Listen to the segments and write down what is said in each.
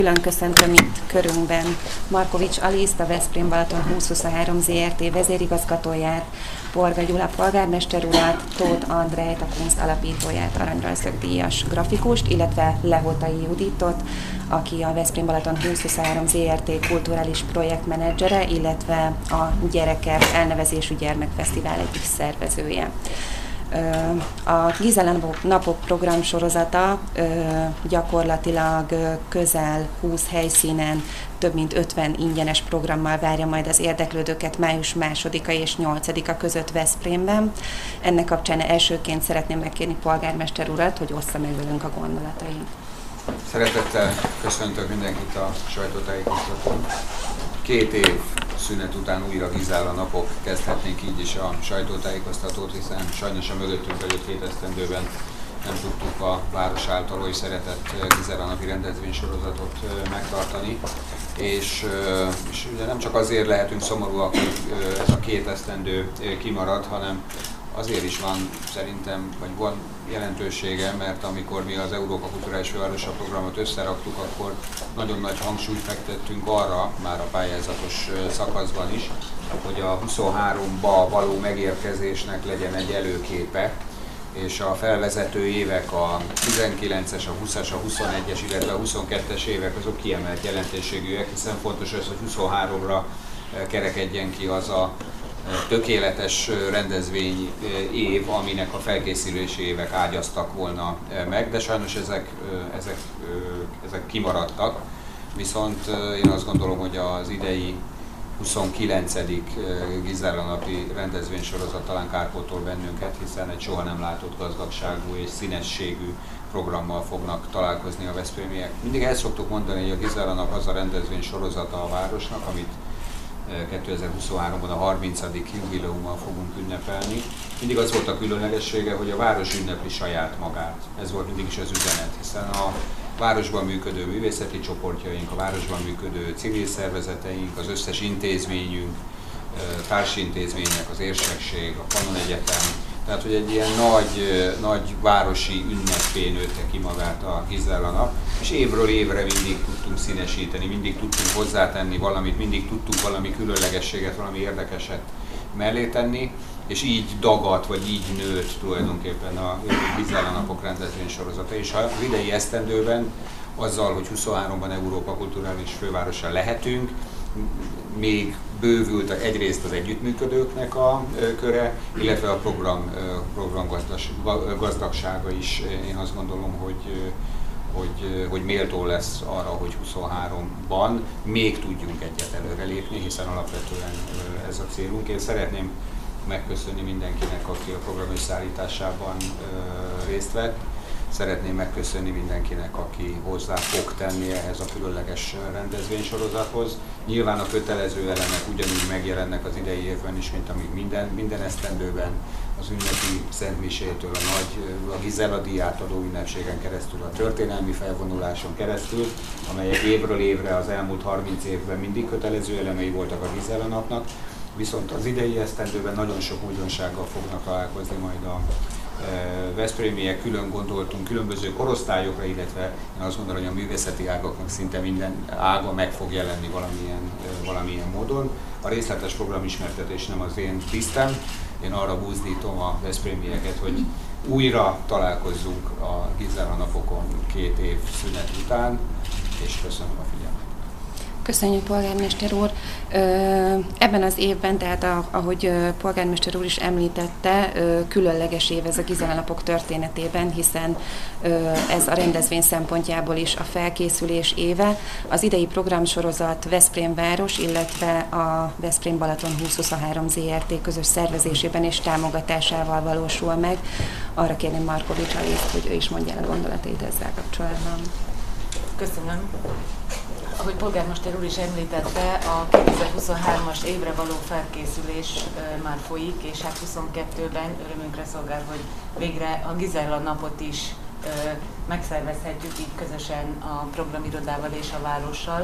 Külön köszöntöm itt körünkben Markovics Aliszt, a Veszprém Balaton 2023 Zrt. Vezérigazgatóját, Polga Gyula polgármester urat, Tóth Andrejt, a Kunst alapítóját, aranyrajzok-díjas grafikust, illetve Lehotai Juditot, aki a Veszprém Balaton 2023 Zrt. Kulturális projektmenedzsere, illetve a Gyerekek elnevezésű gyermekfesztivál egyik szervezője. A Gizella Napok program sorozata gyakorlatilag közel 20 helyszínen több mint 50 ingyenes programmal várja majd az érdeklődőket május 2-a és 8-a között Veszprémben. Ennek kapcsán elsőként szeretném megkérni polgármester urat, hogy ossza meg velünk a gondolatait. Szeretettel köszöntök mindenkit a sajtótájékoztatón. 2 év szünet után újra Gizella Napok, kezdhetnénk így is a sajtótájékoztatót, hiszen sajnos a mögöttünk vagyok 2 esztendőben nem tudtuk a város által oly szeretett Gizella napi rendezvénysorozatot megtartani. És ugye nem csak azért lehetünk szomorúak, hogy ez a 2 esztendő kimarad, hanem azért is van szerintem, vagy van jelentősége, mert amikor mi az Európa Kulturális Fővárosa programot összeraktuk, akkor nagyon nagy hangsúlyt fektettünk arra, már a pályázatos szakaszban is, hogy a 23-ba való megérkezésnek legyen egy előképe, és a felvezető évek, a 19-es, a 20-as, a 21-es, illetve a 22-es évek azok kiemelt jelentőségűek, hiszen fontos az, hogy 23-ra kerekedjen ki az a tökéletes rendezvény év, aminek a felkészülési évek ágyaztak volna meg, de sajnos ezek kimaradtak. Viszont én azt gondolom, hogy az idei 29. Gizella napi rendezvénysorozat talán kárpótol bennünket, hiszen egy soha nem látott gazdagságú és színességű programmal fognak találkozni a veszprémiek. Mindig el szoktuk mondani, hogy a Gizella nap az a rendezvénysorozata a városnak, amit 2023-ban a 30. jubileummal fogunk ünnepelni. Mindig az volt a különlegessége, hogy a város ünnepli saját magát. Ez volt mindig is az üzenet, hiszen a városban működő művészeti csoportjaink, a városban működő civil szervezeteink, az összes intézményünk, társintézmények, az érsekség, a Pannon Egyetem, tehát hogy egy ilyen nagy városi ünnepé nőtte ki magát a Gizella nap, és évről évre mindig tudtunk színesíteni, mindig tudtunk hozzátenni valamit, mindig tudtunk valami különlegességet, valami érdekeset mellé tenni, és így dagadt, vagy így nőtt tulajdonképpen a Gizella Napok rendezvénysorozata. És az idei esztendőben azzal, hogy 23-ban Európa Kulturális Fővárosa lehetünk, még bővült egyrészt az együttműködőknek a köre, illetve a program gazdagsága is. Én azt gondolom, hogy méltó lesz arra, hogy 23-ban még tudjunk egyet előrelépni, hiszen alapvetően ez a célunk. Én szeretném megköszönni mindenkinek, aki a program összeállításában részt vett. Szeretném megköszönni mindenkinek, aki hozzá fog tenni ehhez a különleges rendezvénysorozathoz. Nyilván a kötelező elemek ugyanúgy megjelennek az idei évben is, mint amíg minden esztendőben, az ünnepi szentmisétől, a Gizella díját adó ünnepségen keresztül, a történelmi felvonuláson keresztül, amelyek évről évre az elmúlt 30 évben mindig kötelező elemei voltak a Gizella napnak, viszont az idei esztendőben nagyon sok újdonsággal fognak találkozni majd a veszprémiek. Külön gondoltunk különböző korosztályokra, illetve én azt gondolom, hogy a művészeti ágaknak szinte minden ága meg fog jelenni valamilyen módon. A részletes programismertetés nem az én tisztem, én arra buzdítom a veszprémieket, hogy újra találkozzunk a Gizella napokon 2 év szünet után, és köszönöm a figyelmet. Köszönjük, polgármester úr! Ebben az évben, tehát ahogy polgármester úr is említette, különleges év ez a Gizella Napok történetében, hiszen ez a rendezvény szempontjából is a felkészülés éve. Az idei programsorozat Veszprém város, illetve a Veszprém Balaton 2023 Zrt. Közös szervezésében és támogatásával valósul meg. Arra kérném Markovics Aliszt, hogy ő is mondja el a gondolatait ezzel kapcsolatban. Köszönöm. Ahogy polgármester úr is említette, a 2023-as évre való felkészülés már folyik, és hát 22-ben örömünkre szolgál, hogy végre a Gizella napot is megszervezhetjük így közösen a programirodával és a várossal.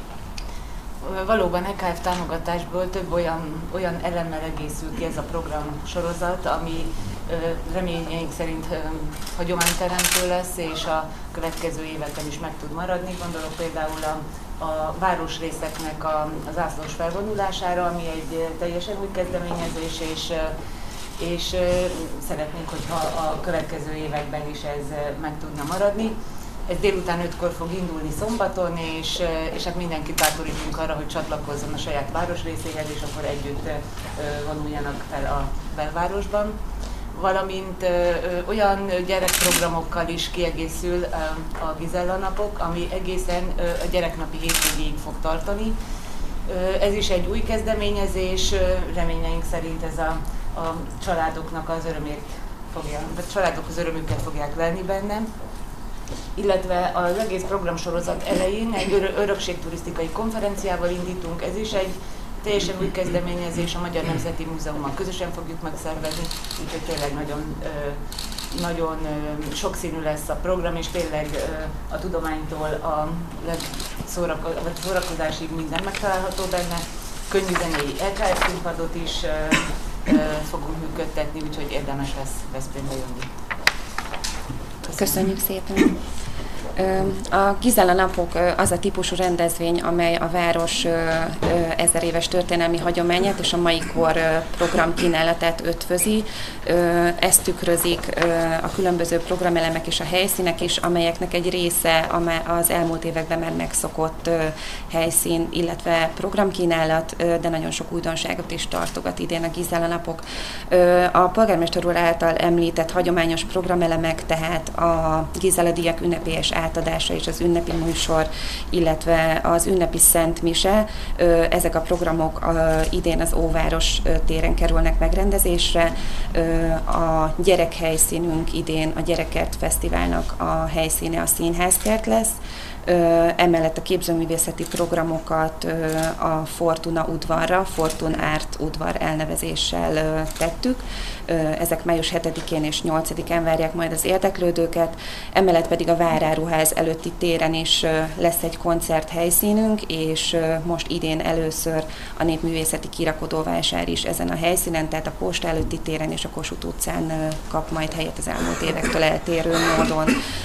Valóban EKF támogatásból több olyan elemmel egészül ki ez a program sorozat, ami reményeink szerint hagyományteremtő lesz, és a következő években is meg tud maradni. Gondolok például a városrészeknek az zászlós felvonulására, ami egy teljesen új kezdeményezés, és szeretnénk, hogyha a következő években is ez meg tudna maradni. Ez délután 5-kor fog indulni szombaton, és hát mindenkit bátorítunk arra, hogy csatlakozzon a saját városrészéhez, és akkor együtt vonuljanak fel a belvárosban. Valamint olyan gyerekprogramokkal is kiegészül a Gizella napok, ami egészen a gyereknapi hétvégéig fog tartani. Ez is egy új kezdeményezés, reményeink szerint ez a családoknak az örömét a családok az örömüket fogják lelni benne. Illetve az egész programsorozat elején egy örökségturisztikai konferenciával indítunk, ez is egy teljesen új kezdeményezés, a Magyar Nemzeti Múzeummal közösen fogjuk megszervezni, úgyhogy tényleg nagyon sokszínű lesz a program, és tényleg a tudománytól a szórakozásig minden megtalálható benne. Könnyű zenei LKS színpadot is fogunk működtetni, úgyhogy érdemes lesz Veszprémbe jönni. Köszönjük szépen! A Gizella napok az a típusú rendezvény, amely a város 1000 éves történelmi hagyományát és a mai kor programkínálatát ötvözi. Ezt tükrözik a különböző programelemek és a helyszínek is, amelyeknek egy része az elmúlt években már megszokott helyszín, illetve programkínálat, de nagyon sok újdonságot is tartogat idén a Gizella napok. A polgármester úr által említett hagyományos programelemek, tehát a Gizella díjak ünnepélyes átadása és az ünnepi műsor, illetve az ünnepi Szent Mise. Ezek a programok idén az Óváros téren kerülnek megrendezésre. A gyerekhelyszínünk idén a Gyerekkert Fesztiválnak a helyszíne a Színházkert lesz. Emellett a képzőművészeti programokat a Fortuna udvarra, Fortun Art udvar elnevezéssel tettük. Ezek május 7-én és 8-án várják majd az érdeklődőket. Emellett pedig a Váráruház előtti téren is lesz egy koncert helyszínünk, és most idén először a Népművészeti Kirakodóvásár is ezen a helyszínen, tehát a Posta előtti téren és a Kossuth utcán kap majd helyet az elmúlt évektől eltérő módon.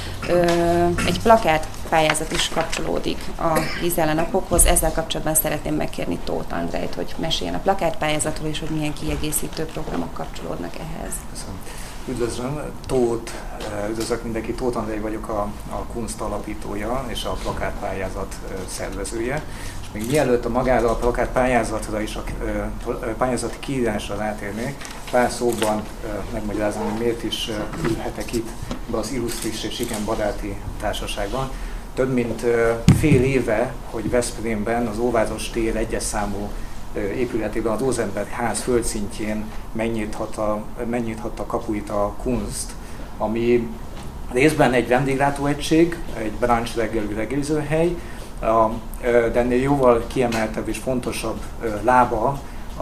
Egy plakát pályázat is kapcsolódik a Gizella napokhoz. Ezzel kapcsolatban szeretném megkérni Tóth Andrejt, hogy meséljen a plakátpályázatról, és hogy milyen kiegészítő programok kapcsolódnak ehhez. Köszönöm. Üdvözlöm, üdvözlök mindenki, Tóth Andrej vagyok, a Kunst alapítója és a plakátpályázat szervezője. És még mielőtt magára a plakátpályázatra és a pályázati kiírásra rátérnék, pár szóban megmagyarázom, hogy miért is ülhetek itt az Illusztris és igen baráti társaságban. Több mint fél éve, hogy Veszprémben az Óváros tér egyes számú épületében, a Rosenberg ház földszintjén megnyithatta kapuit a Kunst, ami részben egy vendéglátóegység, egy brunch reggelű reggelizőhely, de ennél jóval kiemeltebb és fontosabb lába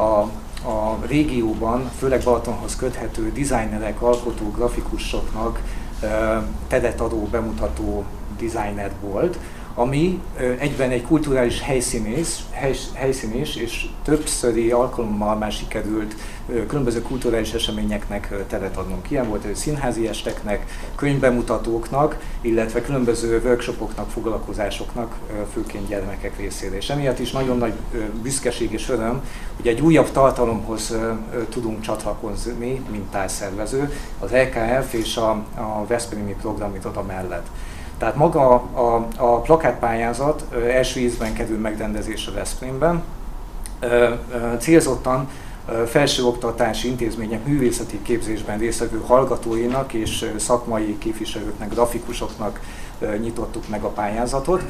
a régióban, főleg Balatonhoz köthető dizájnerek, alkotó, grafikusoknak teret adó, bemutató designer volt, ami egyben egy kulturális helyszínés és többszöri alkalommal már sikerült különböző kulturális eseményeknek teret adnunk. Ilyen volt, hogy színházi esteknek, könyvbemutatóknak, illetve különböző workshopoknak, foglalkozásoknak, főként gyermekek részére. És emiatt is nagyon nagy büszkeség és öröm, hogy egy újabb tartalomhoz tudunk csatlakozni, mint társszervező, az LKF és a Veszprémi Programiroda mellett. Tehát maga a plakátpályázat első ízben kerül megrendezésre Veszprémben. Célzottan felsőoktatási intézmények művészeti képzésben résztvevő hallgatóinak és szakmai képviselőknek, grafikusoknak nyitottuk meg a pályázatot,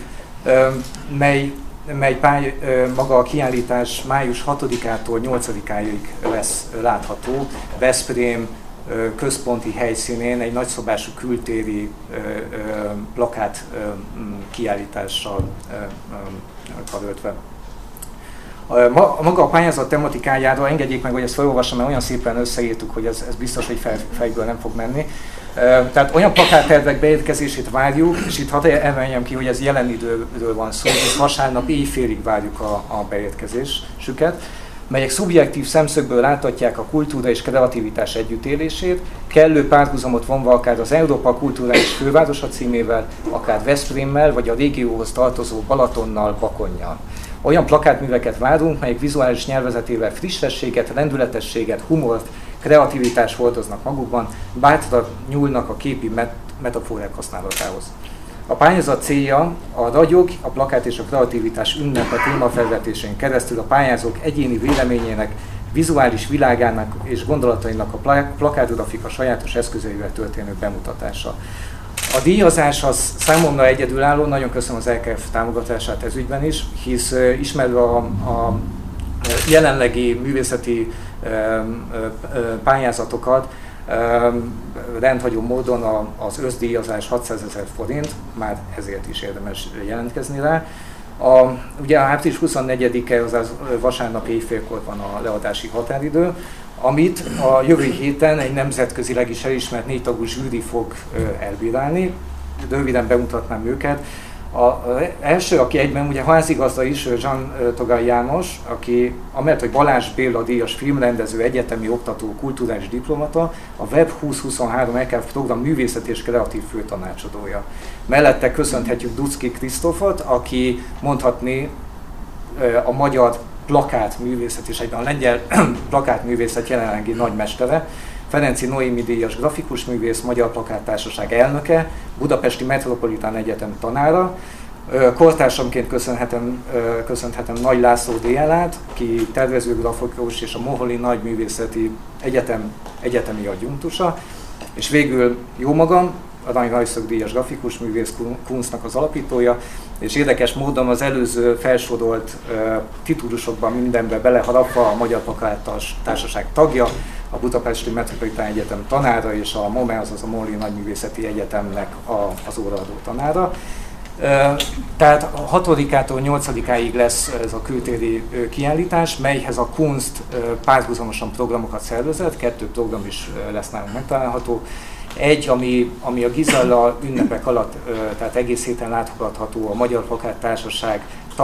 maga a kiállítás május 6-ától 8-áig lesz látható Veszprém központi helyszínén egy nagyszabású kültéri plakát kiállítással karöltve. Maga a pályázat tematikájára engedjék meg, hogy ezt felolvassam, mert olyan szépen összeírtuk, hogy ez biztos, hogy fejből nem fog menni. Tehát olyan plakáttervek beérkezését várjuk, és itt hadd emeljem ki, hogy ez jelen időről van szó, és vasárnap éjfélig várjuk a beérkezésüket. melyek szubjektív szemszögből láthatják a kultúra és kreativitás együttélését, kellő párhuzamot vonva akár az Európa kulturális fővárosa címével, akár Veszprémmel, vagy a régióhoz tartozó Balatonnal, Bakonnyal. Olyan plakátműveket várunk, melyek vizuális nyelvezetével frissességet, lendületességet, humort, kreativitást hordoznak magukban, bátran nyúlnak a képi metaforák használatához. A pályázat célja a ragyog, a plakát és a kreativitás ünnepe témafelvetésén keresztül a pályázók egyéni véleményének, vizuális világának és gondolatainak a plakátgrafika sajátos eszközeivel történő bemutatása. A díjazás az számomra egyedülálló, nagyon köszönöm az LKF támogatását ez ügyben is, hisz ismerve a jelenlegi művészeti pályázatokat, rendhagyó módon az összdíjazás 600 000 forint, már ezért is érdemes jelentkezni rá. Ugye április 24-e, azaz vasárnap éjfélkor van a leadási határidő, amit a jövő héten egy nemzetközileg is elismert 4 tagú zsűri fog elbírálni. Röviden bemutatnám őket. Az első, aki egyben ugye házigazda is, Jean Togai János, aki amellett, hogy Balázs Béla díjas filmrendező, egyetemi oktató, kulturális diplomata, a Web 2023 LKF program művészeti és kreatív főtanácsadója. Mellette köszönhetjük Duczki Krisztófot, aki mondhatni a magyar plakátművészet és egyben a lengyel plakátművészet jelenlegi nagymestere, Ferenci Noémi díjas grafikus művész, Magyar Plakáttársaság elnöke, Budapesti Metropolitán Egyetem tanára. Kortársamként köszönhetem Nagy László DLA-t, ki tervező grafikus és a Moholi Nagyművészeti Egyetem egyetemi adjunktusa. És végül jó magam, Arany Rajszög díjas grafikus művész, Kunstnak az alapítója, és érdekes módon az előző felsorolt titulusokban mindenbe beleharapva a Magyar Plakáttársaság tagja, a Budapesti Metropolitán Egyetem tanára és a MOME, azaz a Moholi Nagyművészeti Egyetemnek az óraadó tanára. Tehát 6-ától 8-áig lesz ez a kültéri kiállítás, melyhez a Kunst párhuzamosan programokat szervezett, 2 program is lesz nálunk megtalálható. Egy, ami a Gizella ünnepek alatt, tehát egész héten látogatható, a Magyar Plakáttársaság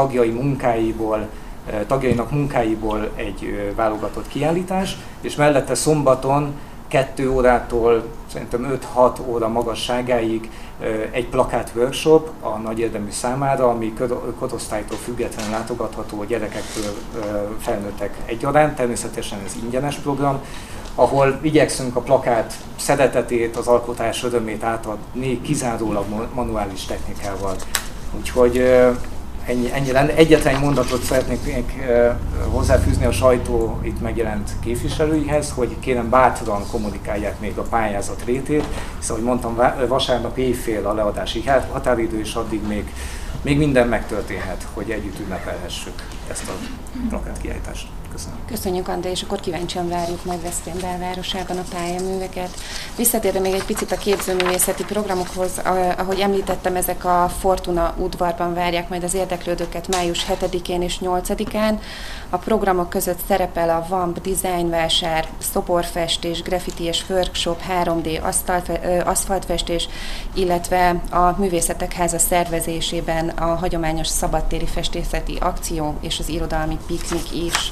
tagjainak munkáiból egy válogatott kiállítás, és mellette szombaton 2 órától szerintem 5-6 óra magasságáig egy plakát workshop a nagy érdemű számára, ami korosztálytól függetlenül látogatható, a gyerekektől felnőttek egyaránt, természetesen ez ingyenes program, ahol igyekszünk a plakát szeretetét, az alkotás örömét átadni kizárólag manuális technikával. Úgyhogy ennyire. Egyetlen mondatot szeretnék hozzáfűzni a sajtó itt megjelent képviselőihez, hogy kérem bátran kommunikálják még a pályázat rétét, hiszen, ahogy mondtam, vasárnap éjfél a leadási határidő, és addig még minden megtörténhet, hogy együtt ünnepelhessük ezt a plakátkiállítást. Köszönöm. Köszönjük, André, és akkor kíváncsian várjuk majd Veszprém belvárosában a pályaműveket. Visszatérve még egy picit a képzőművészeti programokhoz, ahogy említettem, ezek a Fortuna udvarban várják majd az érdeklődőket május 7-én és 8-án. A programok között szerepel a VAMP dizájnvásár, szoborfestés, graffiti és workshop, 3D aszfaltfestés, illetve a Művészetek Háza szervezésében a hagyományos szabadtéri festészeti akció és az irodalmi piknik is.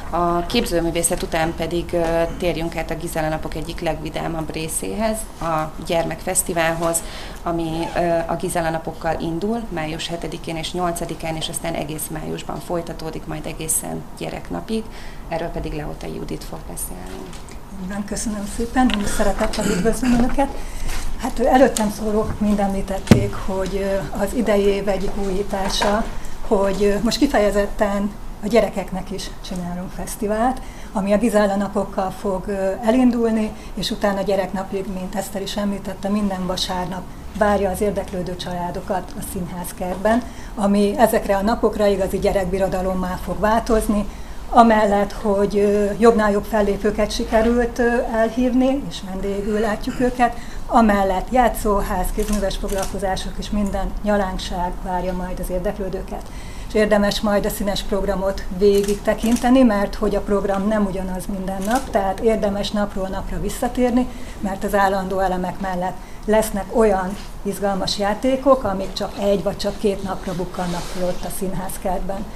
A képzőművészet után pedig térjünk át a Gizella napok egyik legvidámabb részéhez, a Gyermekfesztiválhoz, ami a Gizella napokkal indul, május 7-én és 8-án, és aztán egész májusban folytatódik, majd egészen gyereknapig. Erről pedig Leótai Judit fog beszélni. Igen, köszönöm szépen, én is szeretettel üdvözlöm Önöket. Hát előttem szólók mind említették, hogy az idei év egyik újítása, hogy most kifejezetten a gyerekeknek is csinálunk fesztivált, ami a Gizella napokkal fog elindulni, és utána a gyereknapig, mint Eszter is említette, minden vasárnap várja az érdeklődő családokat a színházkertben, ami ezekre a napokra igazi gyerekbirodalommá fog változni, amellett, hogy jobbnál jobb fellépőket sikerült elhívni, és vendégül látjuk őket, amellett játszóház, kézműves foglalkozások és minden nyalánkság várja majd az érdeklődőket. És érdemes majd a színes programot végig tekinteni, mert hogy a program nem ugyanaz minden nap, tehát érdemes napról napra visszatérni, mert az állandó elemek mellett lesznek olyan izgalmas játékok, amik csak 1 vagy csak 2 napra bukkannak föl ott a színházkertben.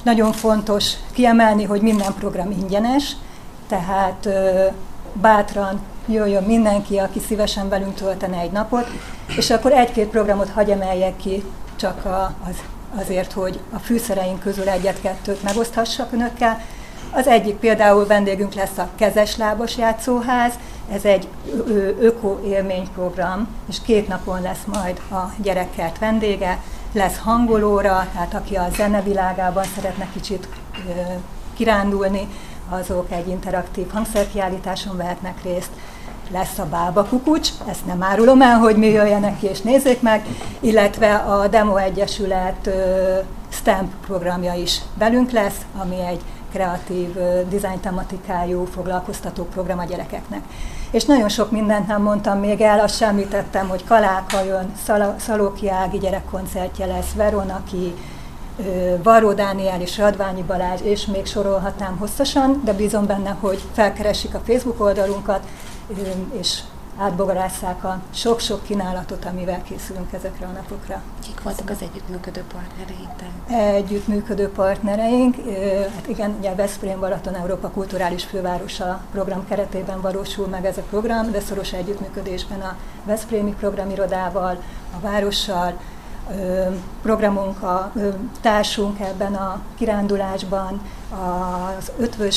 nagyon fontos kiemelni, hogy minden program ingyenes, tehát bátran jöjjön mindenki, aki szívesen velünk töltene egy napot, és akkor egy-két programot hagy emeljek ki, csak azért, hogy a fűszereink közül egyet-kettőt megoszthassak önökkel. Az egyik például vendégünk lesz a Kezeslábos Játszóház, ez egy öko-élményprogram, és 2 napon lesz majd a gyerekkert vendége, lesz hangolóra, tehát aki a zenevilágában szeretne kicsit kirándulni, azok egy interaktív hangszerkiállításon vehetnek részt. Lesz a bábakukucs, ezt nem árulom el, hogy mi jöjjenek ki és nézzék meg, illetve a Demo Egyesület STEM programja is velünk lesz, ami egy kreatív, design tematikájú foglalkoztató program a gyerekeknek. És nagyon sok mindent nem mondtam még el, azt sem említettem, hogy Kaláka jön, Szalóki Ági gyerekkoncertje lesz, Veronaki, Varró Dániel és Radványi Balázs, és még sorolhatnám hosszasan, de bízom benne, hogy felkeresik a Facebook oldalunkat, és átbogarásszák a sok-sok kínálatot, amivel készülünk ezekre a napokra. Kik voltak az együttműködő partnereink? Együttműködő partnereink, hát igen, ugye Veszprém Balaton Európa Kulturális Fővárosa program keretében valósul meg ez a program, de szoros együttműködésben a Veszprémi Programirodával, a várossal, programunk, a társunk ebben a kirándulásban, az Ötvös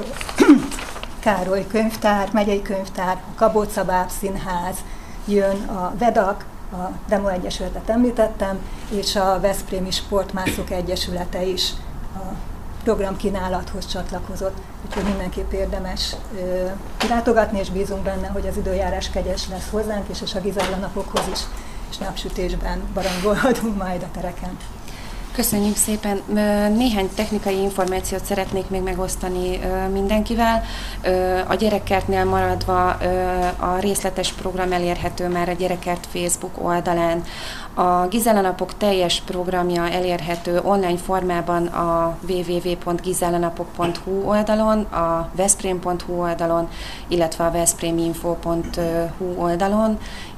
Károly könyvtár, megyei könyvtár, a Kabóca-Báb Színház, jön a VEDAK, a Demo Egyesületet említettem, és a Veszprémi Sportmászok Egyesülete is a programkínálathoz csatlakozott, úgyhogy mindenképp érdemes látogatni, és bízunk benne, hogy az időjárás kegyes lesz hozzánk, és a Gizella napokhoz is, és napsütésben barangolhatunk majd a tereken. Köszönjük szépen! Néhány technikai információt szeretnék még megosztani mindenkivel. A Gyerekkertnél maradva a részletes program elérhető már a Gyerekkert Facebook oldalán. A Gizella napok teljes programja elérhető online formában a www.gizellanapok.hu oldalon, a veszprém.hu oldalon, illetve a veszpréminfo.hu oldalon,